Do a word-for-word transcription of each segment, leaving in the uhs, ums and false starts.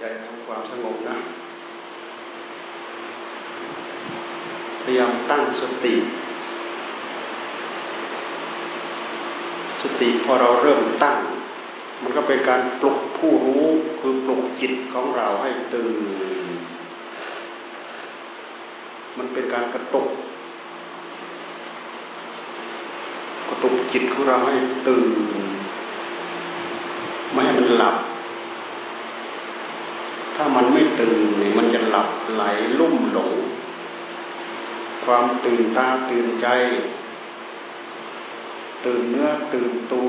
ใจทำความสงบนะพยายามตั้งสติสติพอเราเริ่มตั้งมันก็เป็นการปลุกผู้รู้คือปลุกจิตของเราให้ตื่นมันเป็นการกระตุกกระตุกจิตของเราให้ตื่นไม่ให้มันหลับถ้ามันไม่ตื่นนี่มันจะหลับไหลลุ่มหลงความตื่นตาตื่นใจตื่นเนื้อตื่นตัว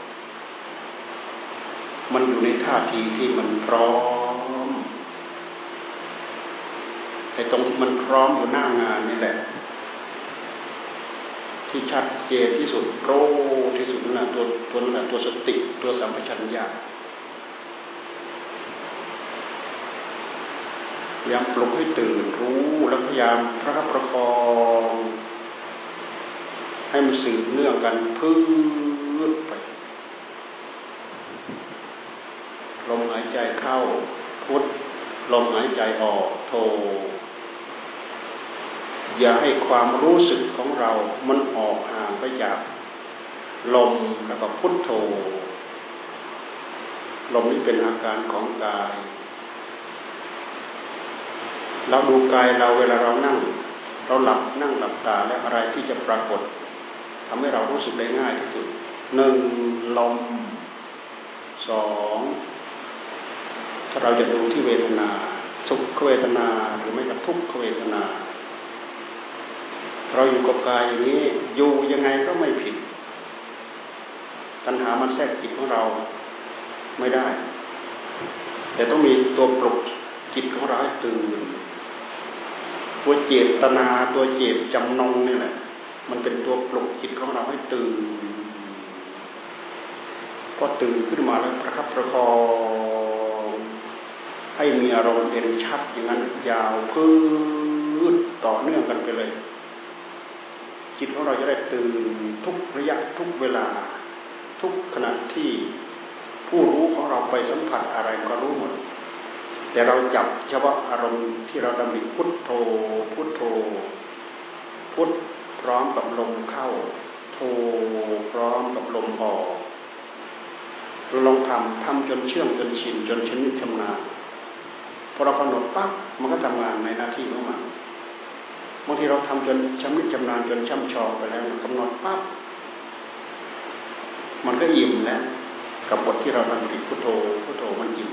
มันอยู่ในท่าทีที่มันพร้อมไอ้ตรงที่มันพร้อมอยู่หน้างานนี่แหละที่ชัดเจนที่สุดโรที่สุดนั่นแหละตัวตัวนั่นแหละตัวสติตัวสัมปชัญญะพยายามปลุกให้ตื่นรู้แล้วพยายามประคับประคองให้มันสืบเนื่องกันพื้นไปลมหายใจเข้าพุทลมหายใจออกโทอย่าให้ความรู้สึกของเรามันออกห่างไปจากลมแล้วก็พุทโธลมนี้เป็นอาการของกายเราดูกายเราเวลาเรานั่งเราหลับนั่งหลับตาแล้วอะไรที่จะปรากฏทำให้เรารู้สึกได้ง่ายที่สุดหนึ่งลมสองถ้าเราจะดูที่เวทนาสุขเวทนาหรือไม่ก็ทุกขเวทนาเราอยู่กับกายอย่างนี้อยู่ยังไงก็ไม่ผิดตัณหามันแทรกจิตของเราไม่ได้แต่ต้องมีตัวปลุกจิตของเราให้ตื่นตัวเจตนาตัวเจตจำนงนี่แหละมันเป็นตัวปลุกจิตของเราให้ตื่นพอตื่นขึ้นมาแล้วประคับประคองให้มีอารมณ์เด่นชัดอย่างนั้นยาวพื้นต่อเนื่องกันไปเลยจิตของเราจะได้ตื่นทุกระยะทุกเวลาทุกขณะที่ผู้รู้ของเราไปสัมผัสอะไรก็รู้หมดแต่เราจับเฉพาะอารมณ์ที่เราดำริพุทโธพุทโธพุทพร้อมกับลมเข้าโธพร้อมกับลมออกเราลองทำทำจนเชื่องจนชินจนชำนิชำนาญพอเรากำหนดปั๊บมันก็ทำงานในหน้าที่ของมันบางทีเราทำจนชำนิชำนาญจนช่ำชองไปแล้วกำหนดปั๊บมันก็อิ่มแล้วกับบทที่เราดำริพุทโธพุทโธมันอิ่ม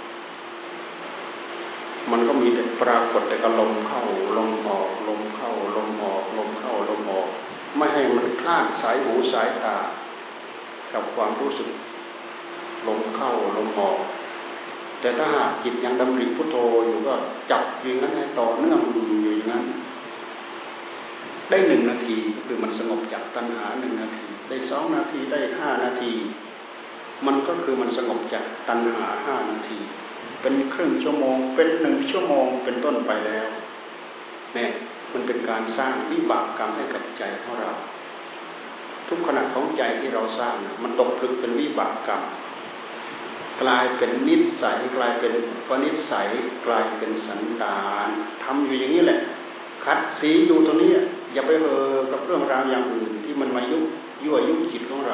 มันก็มีแต่ปรากฏแต่ก็ลมเข้าลมออกลมเข้าลมออกลมเข้าลมออกไม่ให้มันคลาดสายหูสายตากับความรู้สึกลมเข้าลมออกแต่ถ้าหากจิตยังดำริพุทโธอยู่ก็จับอยู่นั้นให้ต่อเนื่องอยู่อย่างนั้นได้หนึ่งนาทีคือมันสงบจากตัณหาหนึ่งนาทีได้สองนาทีได้ห้านาทีมันก็คือมันสงบจากตัณหาห้านาทีเป็นครึ่งชั่วโมงเป็นหนึ่งชั่วโมงเป็นต้นไปแล้วเนี่ยมันเป็นการสร้างวิบากกรรมให้กับใจของเราทุกขณะของใจที่เราสร้างมันตกผลึกเป็นวิบากกรรมกลายเป็นนิสัยกลายเป็นอุปนิสัยกลายเป็นสันดานทำอยู่อย่างนี้แหละคัดสีอยู่ตรงนี้อย่าไปเห่อกับเรื่องราวอย่างอื่นที่มันมายุยั่วยุจิตของเรา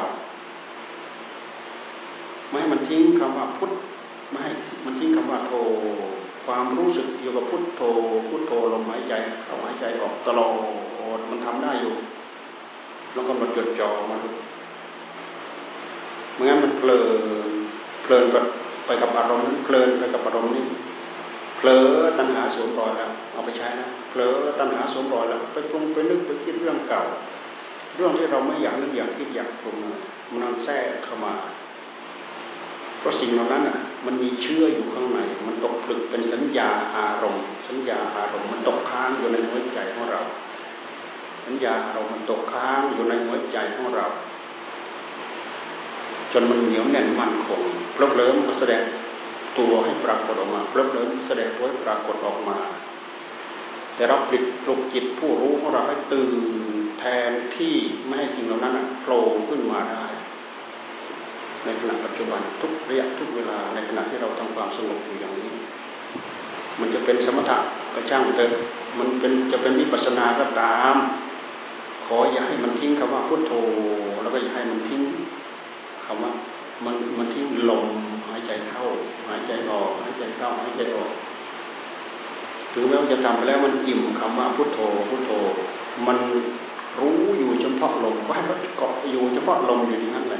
ไม่ให้มันทิ้งคำว่าพุทธไม่ให้มันทิ้งคำว่าโธความรู้สึกอยู่กับพุทโธพุทโธลมหายใจเข้าหายใจออกตลอดมันทำได้อยู่แล้วก็มันจดจ่อมาดูไม่งั้นมันเพลินเพลินไปกับอารมณ์นั้นเพลินไปกับอารมณ์นี้เผลอตัณหาสวมรอยแล้วเอาไปใช้นะเผลอตัณหาสวมรอยแล้วไปปรุงไปนึกไปคิดเรื่องเก่าเรื่องที่เราไม่อยากนึกอยากคิดอยากปรุงมันนั่งแทรกเข้ามาเพราะสิ่งเหล่านั้นอ่ะมันมีเชื่ออยู่ข้างในมันตกผลึกเป็นสัญญาอารมณ์สัญญาอารมณ์มันตกค้างอยู่ในหัวใจของเราสัญญาอารมณ์มันตกค้างอยู่ในหัวใจของเราจนมันเหนียวแน่นมั่นคงเพลิดเพลินมันแสดงตัวให้ปรากฏออกมาเพลิดเพลินแสดงตัวให้ปรากฏออกมาแต่เราปลุกปลุกจิตผู้รู้ของเราให้ตื่นแทนที่ไม่ให้สิ่งเหล่านั้นโผล่ขึ้นมาได้ในขณะปัจจุบันทุกระยะทุกเวลาในขณะที่เราทำความสงบอยู่อย่างนี้มันจะเป็นสมถะก็ช่างเถอะมันเป็นจะเป็นวิปัสสนาก็ตามขออย่าให้มันทิ้งคำว่าพุทโธแล้วก็อย่าให้มันทิ้งคำว่ามันมันทิ้งลมหายใจเข้าหายใจออกหายใจเข้าหายใจออกถึงแม้ว่าจะทำไปแล้วมันอิ่มคำว่าพุทโธพุทโธมันรู้อยู่เฉพาะลมก็ให้มันเกาะอยู่เฉพาะลมอยู่อย่างนั้นแหละ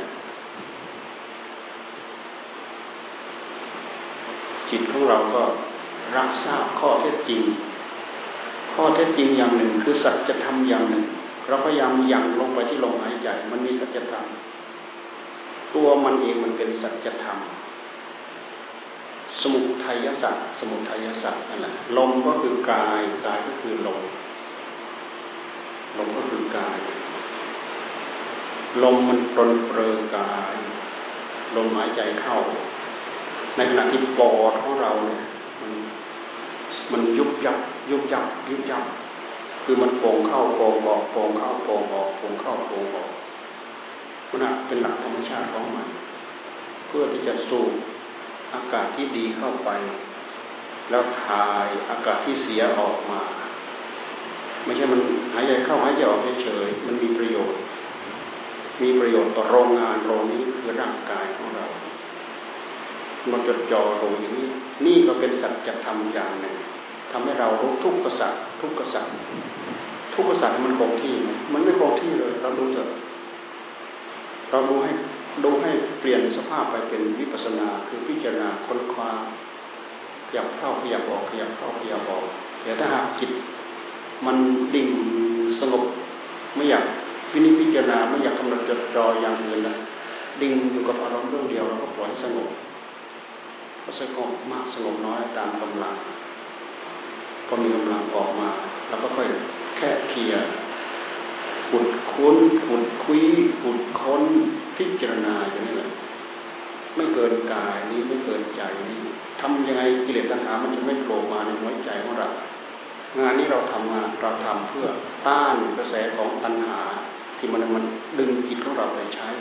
จิตของเราก็รับทราบข้อเท็จจริงข้อเท็จจริงอย่างหนึ่งคือสัจธรรมอย่างหนึ่งเราพยายามยั่งลงไปที่ลมหายใจมันมีสัจธรรมตัวมันเองมันเป็นสัจธรรมสมุทัยสัจสมุทัยสัจนั่นแหละลมก็คือกายกายก็คือลมลมก็คือกายลมมันปรนเปรอกายลมหายใจเข้าในขณะที่ปอดของเราเนี่ยมันมันยุบยับยุบยับยุบยับคือมันโป่งเข้าโป่งออกโป่งเข้าโป่งออกโป่งเข้าโป่งออกนั่นเป็นหลักธรรมชาติของมันเพื่อที่จะสูบอากาศที่ดีเข้าไปแล้วถ่ายอากาศที่เสียออกมาไม่ใช่มันหายใจเข้าหายใจออกเฉยๆมันมีประโยชน์มีประโยชน์ต่อโรงงานโรงนี้คือร่างกายของเราเราจดจ่อลงอย่างนี้นี่ก็เป็นสัจธรรมอย่างหนึ่งทำให้เรารู้ทุกขสัจทุกขสัจทุกขสัจมันคงที่ไหมมันไม่คงที่เลยเราดูเถอะเราดูให้ดูให้เปลี่ยนสภาพไปเป็นวิปัสสนาคือพิจารณาค้นคว้าขยับเข้าขยับออกขยับเข้าขยับออกแต่ถ้าหากจิตมันดิ่งสงบไม่อยากพินิจพิจารณาไม่อยากกำหนดจดจ่ออย่างอื่นนะดิ่งอยู่กับอารมณ์เรื่องเดียวเราก็ปล่อยสงบก็สงบมากสงบน้อยตามกำลังพอมีกำลังออกมาเราก็ค่อยแค่เคลียร์ขุดค้นขุดคุยขุดค้นพิจารณาอย่างนี้แหละไม่เกินกายนี้ไม่เกินใจนี้ทำยังไงกิเลสตัณหามันจะไม่โผล่มาในหัวใจของเรางานนี้เราทำงานเราทำเพื่อต้านกระแสของตัณหาที่มันมันดึงจิตของเราไปใช้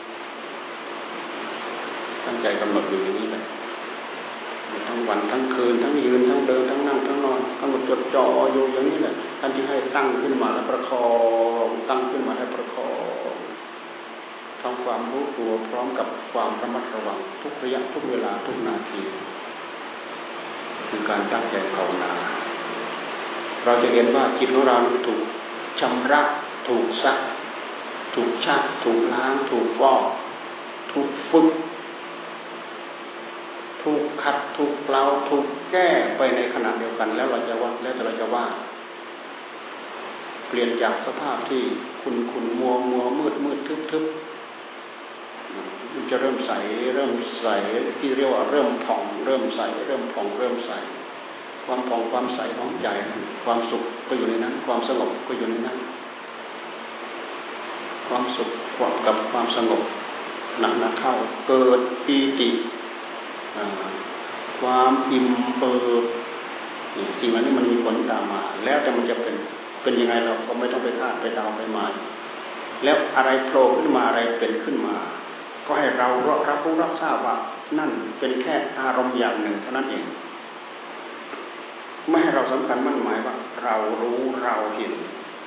ตั้งใจกำหนดอยู่อย่างนี้เลยทั้งวันทั้งคืนทั้งยืนทั้งเดินทั้งนั่งทั้งนอนกำหนดจดจ่ออยู่อย่างนี้แหละท่านที่ให้ตั้งขึ้นมาแล้วประคองตั้งขึ้นมาให้ประคองทำความรู้ตัวพร้อมกับความระมัดระวังทุกระยะทุกเวลาทุกนาทีคือการตั้งใจภาวนาเราจะเห็นว่าจิตของเราถูกชำระถูกซักถูกชักถูกล้างถูกฟอกถูกฝึกถูกขัดถูกเปล่าถูกแก้ไปในขณะเดียวกันแล้วเราจะว่าแล้วเราจะว่าเปลี่ยนจากสภาพที่คุณคุณมัวมัวมืดมืดทึบทึบมันจะเริ่มใสเริ่มใสที่เรียกว่าเริ่มผ่องเริ่มใสเริ่มผ่องเริ่มใสความผ่องความใสของใจความสุขก็อยู่ในนั้นความสงบก็อยู่ในนั้นความสุขกับความสงบหนักหนักเข้าเกิดปีติความอิ่มเอิบสิ่งเหล่านี้มันมีผลตามมาแล้วแต่มันจะเป็นเป็นยังไงเราก็ไม่ต้องไปคาดไปเดาไปหมายแล้วอะไรโผล่ขึ้นมาอะไรเป็นขึ้นมาก็ให้เรารับรู้รับทราบว่านั่นเป็นแค่อารมณ์อย่างหนึ่งเท่านั้นเองไม่ให้เราสำคัญมั่นหมายว่าเรารู้เราเห็น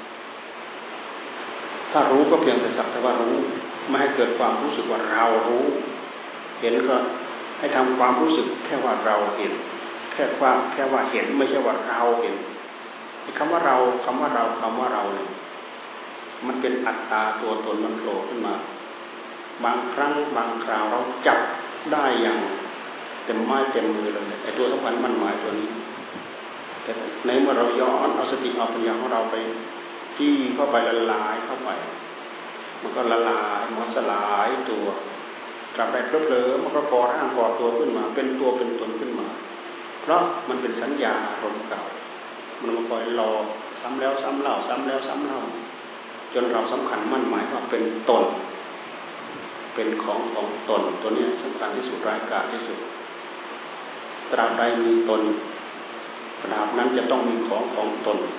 ถ้ารู้ก็เพียงแต่สักแต่ว่ารู้ไม่ให้เกิดความรู้สึกว่าเรารู้เห็นก็ให้ทำความรู้สึกแค่ว่าเราเห็นแค่ว่าแค่ว่าเห็นไม่ใช่ว่าเราเห็นคำว่าเราคำว่าเราคำว่าเราเนี่ยมันเป็นอัตตาตัวตนมันโผล่ขึ้นมาบางครั้งบางคราวเราจับได้อย่างเต็มไม้เต็มมือเลยไอ้ตัวสำคัญมันหมายตัวนี้แต่ในเมื่อเราย้อนเอาสติเอาปัญญาของเราไปที่เข้าไปละลายเข้าไปมันก็ละลายมันสลายตัวกลับไปเพลิดเพลินมันก็ก่อร่างก่อตัวขึ้นมาเป็นตัวเป็นตนขึ้นมาเพราะมันเป็นสัญญาอารมณ์เก่ามันมาคอยรอซ้ำแล้วซ้ำเล่าซ้ำแล้วซ้ำเล่าจนเราสำคัญมั่นหมายว่าเป็นตนเป็นของของตนตัวนี้สำคัญที่สุดร้ายกาจที่สุดตราบใดมีตนตราบนั้นจะต้องมีของของตน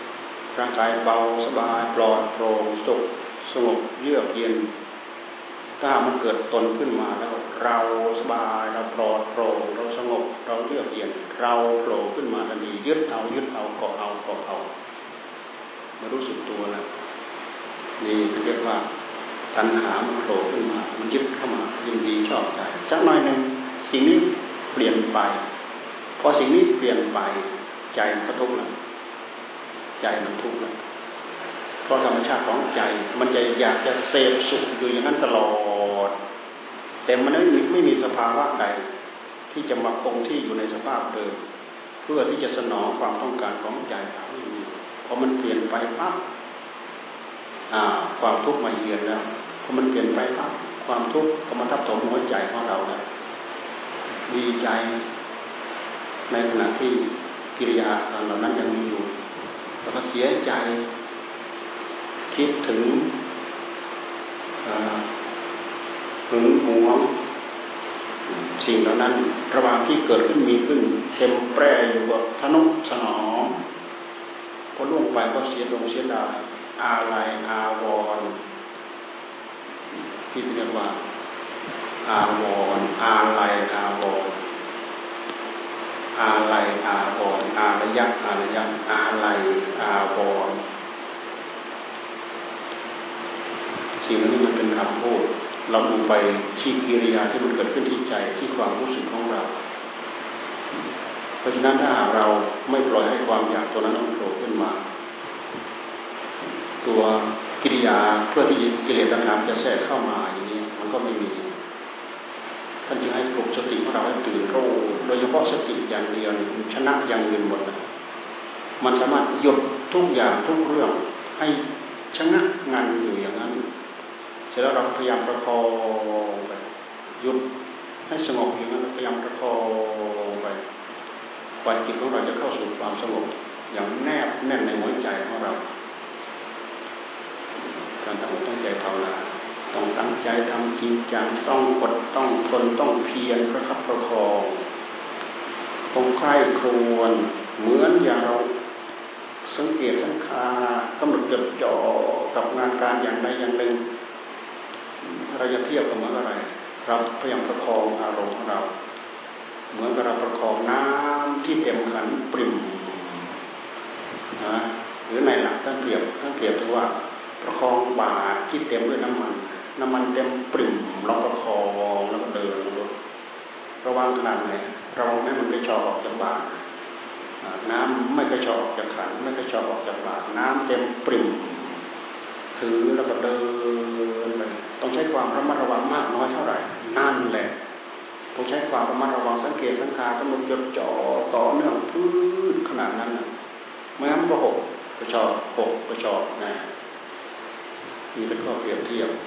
ร่างกายเบาสบายปลอดโปร่งสุขสงบเยือกเย็นถ้ามันเกิดตนขึ้นมาแล้วเราสบายเราปลอดโปร่งเราสงบเราเยือกเย็นเราโผล่ขึ้นมาทันทียึดเอายึดเอาเกาะเอาเกาะเอามารู้สึกตัวแล้วนี่เรียกว่าตัณหามันโผล่ขึ้นมามันยึดเข้ามายินดีชอบใจสักหน่อยหนึ่งสิ่งนี้เปลี่ยนไปพอสิ่งนี้เปลี่ยนไปใจมันก็ทุกข์แล้วใจมันทุกข์แล้วเพราะธรรมชาติของใจมันจะอยากจะเสพสุขอยู่อย่างนั้นตลอดแต่มันไม่มีไม่มีสภาวะใดที่จะมาคงที่อยู่ในสภาพเดิมเพื่อที่จะสนองความต้องการของใจไม่มีพอมันเปลี่ยนไปปั๊บความทุกข์มาเยือนแล้วพอมันเปลี่ยนไปปั๊บความทุกข์ก็มาทับถมหัวใจของเราแล้วดีใจในขณะที่กิริยาการเหล่านั้นยังมีอยู่แล้วก็เสียใจคิดถึงหึงหวงสิ่งเหล่านั้นระหว่างที่เกิดขึ้นมีขึ้นเต็มแปร่อยู่กับทนุถนอมพอล่วงไปก็เสียดงเสียดายอาลัยอาวรณ์ที่เรียกว่าอาวรณ์อาลัยอาวรณ์อาลัยอาวรณ์อารยักษ์อารยักษ์อาลัยอาวรณ์สิ่งนี้มันเป็นคำพูดเราดูไปที่กิริยาที่มันเกิดขึ้นที่ใจที่ความรู้สึกของเราเพราะฉะนั้นถ้าเราไม่ปล่อยให้ความอยากตัวนั้นมันโผล่ขึ้นมาตัวกิริยาเพื่อที่กิเลสตัณหาจะแทรกเข้ามาอย่างนี้มันก็ไม่มีท่านจึงให้ปลุกสติของเราให้ตื่นรู้โดยเฉพาะสติอย่างเดียวชนะอย่างอื่นหมดมันสามารถหยุดทุกอย่างทุกเรื่องให้ชะงักงันอยู่อย่างนั้นเสร็จแล้วเราพยายามประคองไปหยุดให้สงบอย่างนั้นพยายามประคองไปปล่อยจิตของเราจะเข้าสู่ความสงบอย่างแนบแน่นในหัวใจของเราการตั้งตั้งใจภาวนาต้องตั้งใจทำจริงจังต้องอดต้องทนต้องเพียรประคับประคองต้องใคร่ครวญเหมือนอย่างเราสังเกตสังขารกำหนดจดจ่อกับงานการอย่างใดอย่างหนึ่งเราจะเทียบกับเหมือนอะไรเราพยายามประคองอารมณ์ของเราเหมือนกับเราประคองน้ำที่เต็มขันปริ่มนะหรือในหลักท่านเปรียบท่านเปรียบถึงว่าประคองบาตรที่เต็มด้วยน้ำมันน้ำมันเต็มปริ่มเราประคองแล้วก็เดินระวังขนาดไหนเราไม่มันกระชอกออกจากบาตรน้ำไม่กระชอกออกจากขันไม่กระชอกออกจากบาตรน้ำเต็มปริ่มถือแล้วก็เดินไปต้องใช้ความระมัดระวังมากน้อยเท่าไหร่นั่นแหละต้องใช้ความระมัดระวังสังเกตสังขารกำหนดจดจ่อต่อเนื่องพื้นขนาดนั้นนะไม่งั้นก็หกกระชอกหกกระชอกนะนี่เป็นข้อเปรียบเทียบ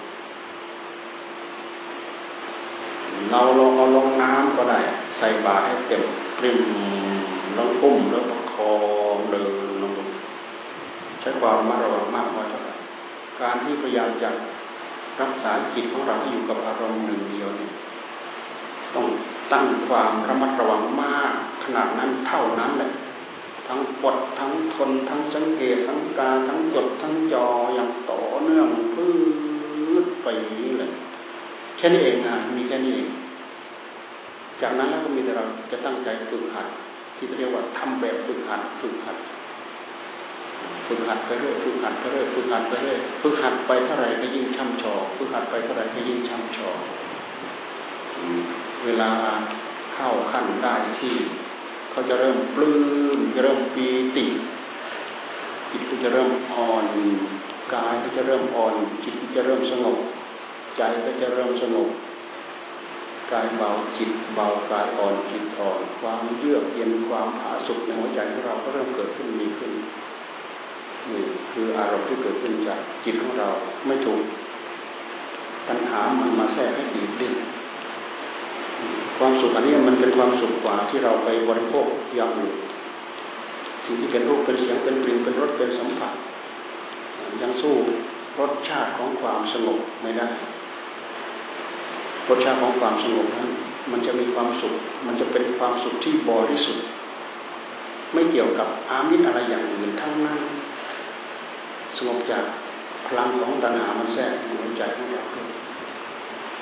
เราลองเอาลงน้ำก็ได้ใส่บาตรให้เต็มปริ่มแล้วอุ้มแล้วประคองเดินลงใช้ความระมัดระวังมากน้อยเท่าไหร่การที่พยายามจะรักษาจิตของเราให้อยู่กับอารมณ์หนึ่งเดียวนี่ต้องตั้งความระมัดระวังมากขนาดนั้นเท่านั้นแหละทั้งอดทั้งทนทั้งสังเกตสังการทั้งจดทั้งจ่ออย่างต่อเนื่องพื้นไปอย่างนี้เลยแค่นี้เองนะมีแค่นี้เองจากนั้นแล้วก็มีแต่เราจะตั้งใจฝึกหัดที่เรียกว่าทำแบบฝึกหัดฝึกหัดฝึกหัดไปเรื่อยฝึกหัดไปเรื่อยฝึกหัดไปเรื่อยฝึกหัดไปเท่าไหร่ก็ยิ่งช่ำชองฝึกหัดไปเท่าไหร่ก็ยิ่งช่ำชองเวลาเข้าขั้นได้ที่เขาจะเริ่มปลื้มจะเริ่มปีติจิตก็จะเริ่มอ่อนกายก็จะเริ่มอ่อนจิตก็จะเริ่มสงบใจก็จะเริ่มสงบกายเบาจิตเบากายอ่อนจิตอ่อนความเยือกเย็นความผาสุกในหัวใจของเราก็เริ่มเกิดขึ้นมีขึ้นนี่คืออารมณ์ที่เกิดขึ้นจากจิตของเราไม่ถูกตัณหามันมาแทรกให้ดีดิ้นความสุขอันนี้มันเป็นความสุขกว่าที่เราไปบริโภคอย่างอื่นสิ่งที่เป็นรูปเป็นเสียงเป็นกลิ่นเป็นรสเป็นสัมผัสยังสู้รสชาติของความสงบไม่ได้รสชาติของความสงบนั้นมันจะมีความสุขมันจะเป็นความสุขที่บริสุทธิ์ไม่เกี่ยวกับอามิตรอะไรอย่างอื่นทั้งนั้นสงบจากพลังของตัณหามันแทรกในหัวใจของเรา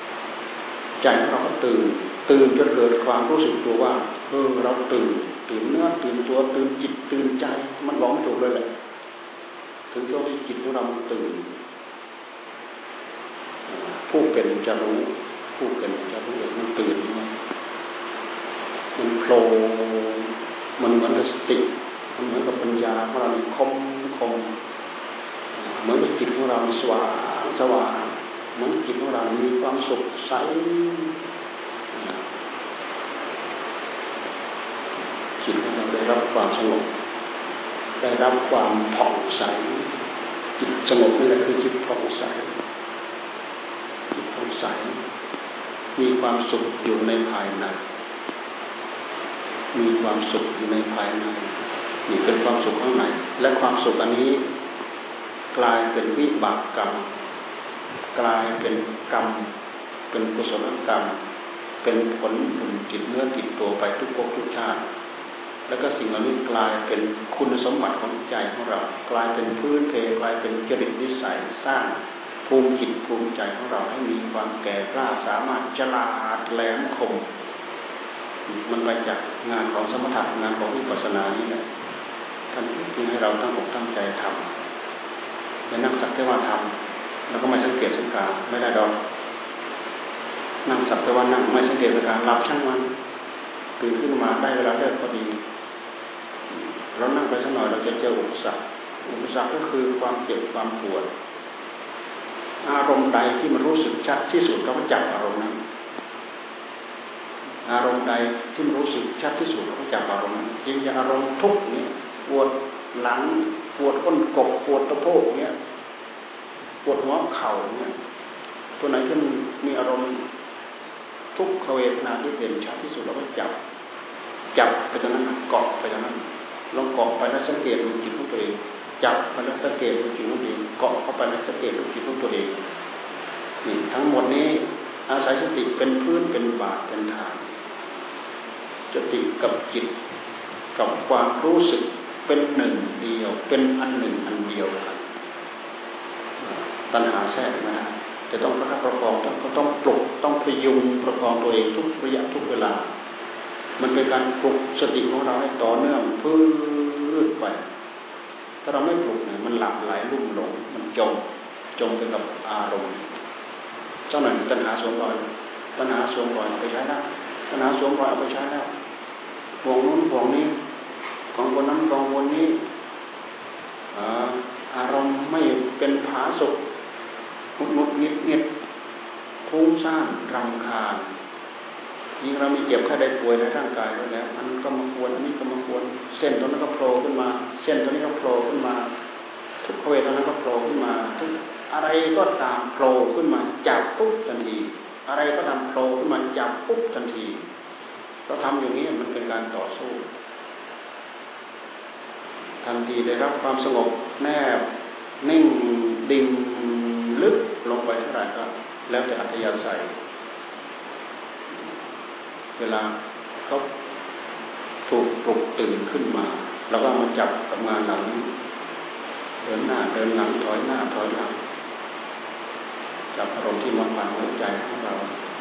ใจของเราก็ตื่นตื่นจนเกิดความรู้สึกตัวว่าเออเราตื่นตื่นเนื้อตื่นตัวตื่นจิตตื่นใจมันบอกไม่ถูกเลยแหละถึงช่วงที่จิตของเรามันตื่นผู้เป็นจะรู้ผู้เป็นจะรู้เองมันตื่นมันมันโผล่มันเหมือนกับสติมันเหมือนกับปัญญาของเราคมคมเหมือนกับจิตของเราสว่างสว่างเหมือนจิตของเรามีความสุขใสจิตของเราได้รับความสงบได้รับความผ่องใสจิตสงบนี่แหละคือจิตผ่องใสจิตผ่องใสมีความสุขอยู่ในภายในมีความสุขอยู่ในภายในนี่เป็นความสุขข้างในและความสุขอันนี้กลายเป็นวิบากกรรมกลายเป็นกรรมเป็นกุศลกรรมเป็นผลบุญติดเนื้อติดตัวไปทุกภพทุกชาติแล้วก็สิ่งเหล่านี้กลายเป็นคุณสมบัติของใจของเรากลายเป็นพื้นเพกลายเป็นจริตนิสัยสร้างภูมิจิตภูมิใจของเราให้มีความแก่กล้าสามารถฉลาดแหลมคมมันไปจากงานของสมถะงานของวิปัสสนานี่แหละท่านจึงให้เราตั้งอกตั้งใจทำไม่นั่งสักแต่ว่าทำแล้วก็ไม่สังเกตสังกาไม่ได้ดอกนั่งสักแต่ว่านั่งไม่สังเกตสังกาหลับช่างมันตื่นขึ้นมาได้เวลาเลิกพอดีเรานั่งไปสักหน่อยเราจะเจออุปสรรคอุปสรรคก็คือความเจ็บความปวดอารมณ์ใดที่มันรู้สึกชัดที่สุดเราก็จับอารมณ์นั้นอารมณ์ใดที่มันรู้สึกชัดที่สุดเราก็จับอารมณ์นั้นยิ่งอย่างอารมณ์ทุกข์นี้ปวดหลังปวดก้นกบปวดตะโพกเนี้ยปวดหัวเข่าเนี่ยตัวไหนที่มันมีอารมณ์ทุกขเวทนาที่เด่นชัดที่สุดเราก็จับจับไปตรงนั้นเกาะไปตรงนั้นลองเกาะไปแล้วสังเกตดูจิตของตัวเองจับไปแล้วสังเกตดูจิตของตัวเองเกาะเข้าไปแล้วสังเกตดูจิตของตัวเองนี่ทั้งหมดนี้อาศัยสติเป็นพื้นเป็นบาทเป็นฐานสติกับจิตกับความรู้สึกเป็นหนึ่งเดียวเป็นอันหนึ่งอันเดียวกันตัณหาแทรกมาจะต้องประคับประคองต้องต้องปลุกต้องพยุงประคองตัวเองทุกระยะทุกเวลามันเป็นการปลุกสติของเราให้ต่อเนื่องพื้นไปถ้าเราไม่ปลุกเนี่ยมันหลับไหลลุ่มหลงมันจมจมไปกับอารมณ์เจ้าหน่อยตัณหาสวมรอยตัณหาสวมรอยเอาไปใช้ได้ตัณหาสวมรอยเอาไปใช้แล้วห่วงนู้นห่วงนี้ของคนนั้นของคนนี้อารมณ์ไม่เป็นผาสุกมุดมุดเงียบเงียบฟุ้งซ่านรำคาญยิ่งเรามีเจ็บไข้ได้ป่วยในร่างกายแล้วมันก็มาควรอันนี้ก็มาควรเส้นตรงนั้นก็โผล่ขึ้นมาเส้นตรงนี้ก็โผล่ขึ้นมาทุกขเวทนาก็โผล่ขึ้นมาทุกอะไรก็ตามโผล่ขึ้นมาจับปุ๊บทันทีอะไรก็ตามโผล่ขึ้นมาจับปุ๊บทันทีเราทำอย่างนี้มันเป็นการต่อสู้ทันทีได้รับความสงบแนบนิ่งดิ่งลึกลงไปเท่าไหร่ก็แล้วแต่อัธยาศัยเวลาเขาถูกปลุกตื่นขึ้นมาเราก็มาจับกับงานเหล่านี้เดินหน้าเดินหลังถอยหน้าถอยหลังจับอารมณ์ที่มาผ่านหัวใจของเรา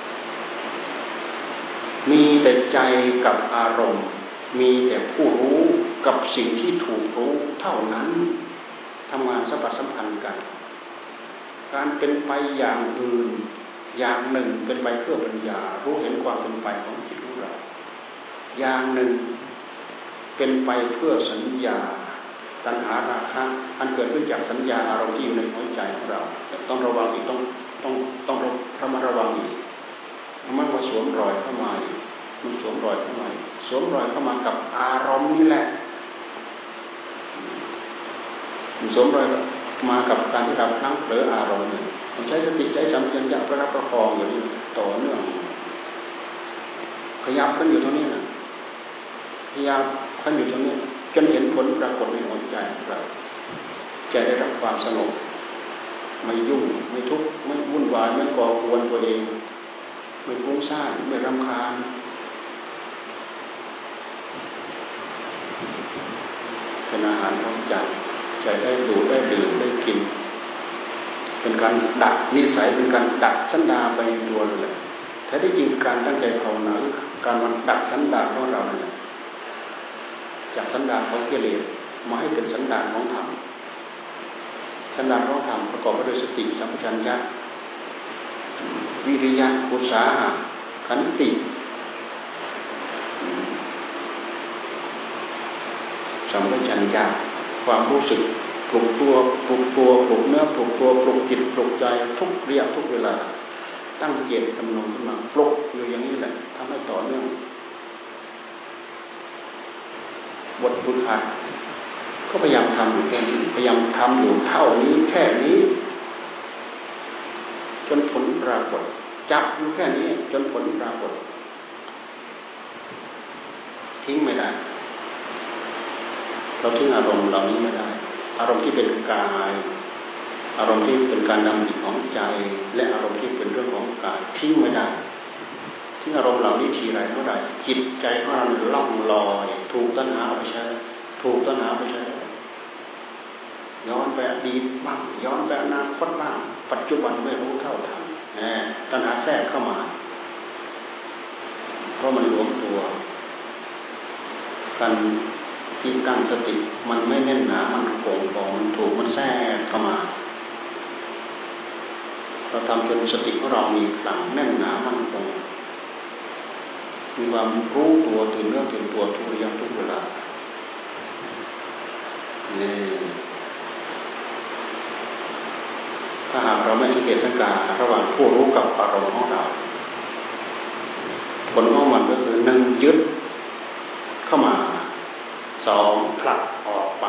มีแต่ใจกับอารมณ์มีแต่ผู้รู้กับสิ่งที่ถูกรู้เท่านั้นทำงานสัมผัสสัมพันธ์กันการเป็นไปอย่างอื่นอย่างหนึ่งเป็นไปเพื่อปัญญารู้เห็นความเป็นไปของจิตของเราอย่างหนึ่งเป็นไปเพื่อสัญญาตัณหาราคะอันเกิดขึ้นจากสัญญาอารมณ์ที่อยู่ในหัวใจของเราต้องระวังอีกต้องต้องต้องระมัดระวังอีกมันมาสวมรอยเข้ามามันสวมรอยเข้ามาสวมรอยเข้ามากับอารมณ์นี่แหละมันสวมรอยมากับการที่เราพลั้งเผลออารมณ์เนี่ยต้องใช้สติใช้สัมผัสญาประคับประคองอยู่นี่ต่อเนื่องขยับขึ้นอยู่ตรงนี้นะพยายามขึ้นอยู่ตรงนี้จนเห็นผลปรากฏในหัวใจของเราใจได้รับความสงบไม่ยุ่งไม่ทุกข์ไม่วุ่นวายไม่ก่อกวนตัวเองไม่ฟุ้งซ่านไม่รำคาญเป็นอาหารของใจใจได้ดูได้ดื่มได้กินเป็นการดักนิสัยเป็นการดักสันดาไปตัวเลยแหละแทแต่ที่จริงการตั้งใจภาวนาการมันดัดสันดานของเราเนี่ยจากสันดานของกิเลสมาให้เป็นสันดานของธรรมสันดานของธรรมประกอบไปด้วยสติสัมปชัญญะวิริยะอุตสาหะขันติสัมปชัญญะความรู้สึกปลุกตัวปลุกตัวปลุกเนื้อปลุกตัวปลุกจิตปลุกใจทุกเรียบทุกเวลาตั้งเจตจำนงขึ้นมาปลุกอยู่อย่างนี้แหละทำให้ต่อเนื่องบทฝึกหัดก็พยายามทำอยู่แค่นี้พยายามทำอยู่เท่านี้แค่นี้จนผลปรากฏจับอยู่แค่นี้จนผลปรากฏทิ้งไม่ได้เราทิ้งอารมณ์เหล่านี้ไม่ได้อารมณ์ที่เป็นกายอารมณ์ที่เป็นการดำริของใจและอารมณ์ที่เป็นเรื่องของกายทิ้งไม่ได้ทิ้งอารมณ์เหล่านี้ทีไรเมื่อไรจิตใจของเราล่องลอยถูกตัณหาไปใช้ถูกตัณหาไปใช้ย้อนไปอดีตบ้างย้อนไปอนาคตบ้างปัจจุบันไม่รู้เท่าทันแหมตัณหาแทรกเข้ามาเพราะมันหลวมตัวการที่ตั้งสติมันไม่แน่นหนามันโก่งพอมันถูกมันแทรกเข้ามาเราทำจนสติของเรามีพลังแน่นหนามันคงมีความรู้ตัวตื่นเนื้อตื่นตัวทุกระยะทุกเวลานี่ถ้าหากเราไม่สังเกตสังการระหว่างผู้รู้กับอารมณ์ของเราผลของมันก็คือหนึ่งยึดเข้ามาสองผลักออกไป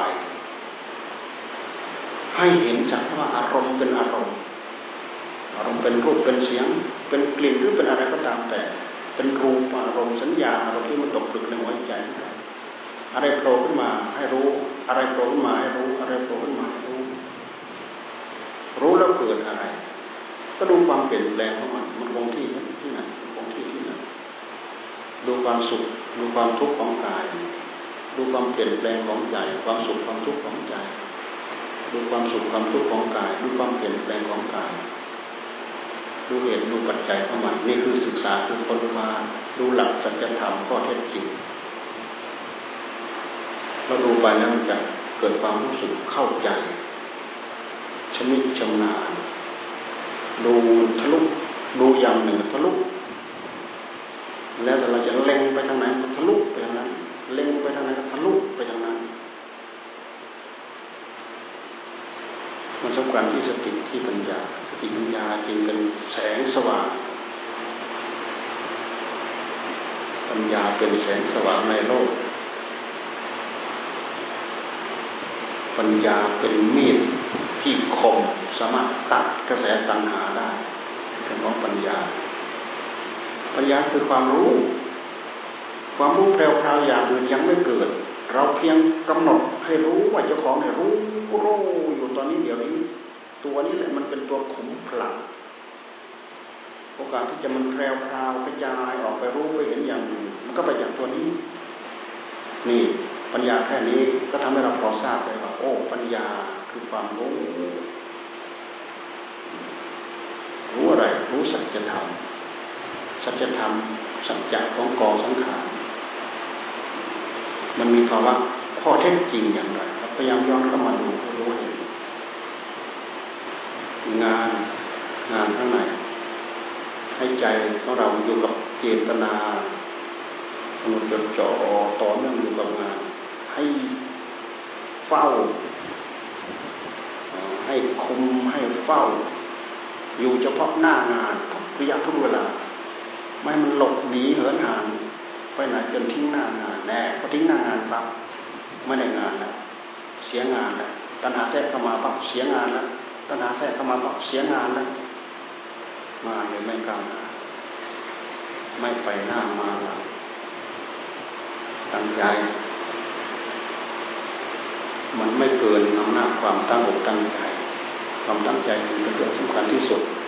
ให้เห็นสักว่าอารมณ์เป็นอารมณ์อารมณ์เป็นรูปเป็นเสียงเป็นกลิ่นหรือเป็นอะไรก็ตามแต่เป็นรูปอารมณ์สัญญาอารมณ์ที่มันตกผลึกในหัวใจอะไรโผล่ขึ้นมาให้รู้อะไรโผล่ขึ้นมาให้รู้อะไรโผล่ขึ้นมาให้รู้รู้แล้วเกิดอะไรก็ดูความเปลี่ยนแปลงของมันมันคงที่ที่ไหนคงที่ที่ไหนดูความสุขดูความทุกข์ของกายดูความเปลี่ยนแปลงของใจความสุขความทุกข์ของใจดูความสุขความทุกข์ของกายดูความเปลี่ยนแปลงของกายดูเหตุดูปัจจัยของมันนี่คือศึกษาคือค้นคว้าดูหลักสัจธรรมข้อเท็จจริงเราดูไปแล้วมันจะเกิดความรู้สึกเข้าใจชำนิชำนาญดูทะลุดูอย่างหนึ่งทะลุแล้วเราจะเล็งไปทางไหนก็ทะลุไปทางนั้นเล็งไปทางไหนก็ทะลุไปทางนั้นมันสำคัญที่สติที่ปัญญาสติปัญญาจึงเป็นแสงสว่างปัญญาเป็นแสงสว่างในโลกปัญญาเป็นมีดที่คมสามารถตัดกระแสตัณหาได้เป็นของปัญญาปัญญาคือความรู้ความรู้แพรวๆอย่างอื่นยังไม่เกิดเราเพียงกำหนดให้รู้ว่าเจ้าของเนี่ยรู้รู้อยู่ตอนนี้เดี๋ยวนี้ตัวนี้แหละมันเป็นตัวขุมพลังโอกาสที่จะมันแพรวๆกระจายออกไปรู้ไปเห็นอย่างอื่นมันก็ไปจากตัวนี้นี่ปัญญาแค่นี้ก็ทำให้เราพอทราบเลยว่าโอ้ปัญญาคือความรู้รู้อะไรรู้สัจธรรมสัจธรรมสัจจะของกองสังขารมันมีภาวะข้อเท็จจริงอย่างไรพยายามย้อนเข้ามาดูรู้เห็นงานงานข้างในให้ใจของเราอยู่กับเจตนากำหนดจดจ่อต่อเนื่องอยู่กับงานให้เฝ้าให้คุมให้เฝ้าอยู่เฉพาะหน้างานทุกระยะทุกเวลาไม่มันหลบหนีเหินห่างไปไหนจนทิ้งหน้างานแน่พอทิ้งหน้างานปั๊บไม่ได้งานแล้วเสียงานแล้วตัณหาแทรกเข้ามาปั๊บเสียงานแล้วตัณหาแทรกเข้ามาปั๊บเสียงานแล้วมาเลยไม่กล้าไม่ไปหน้ามาหลังตั้งใจมันไม่เกินอำนาจความตั้งอกตั้งใจความตั้งใจเป็นเรื่องสำคัญที่สุด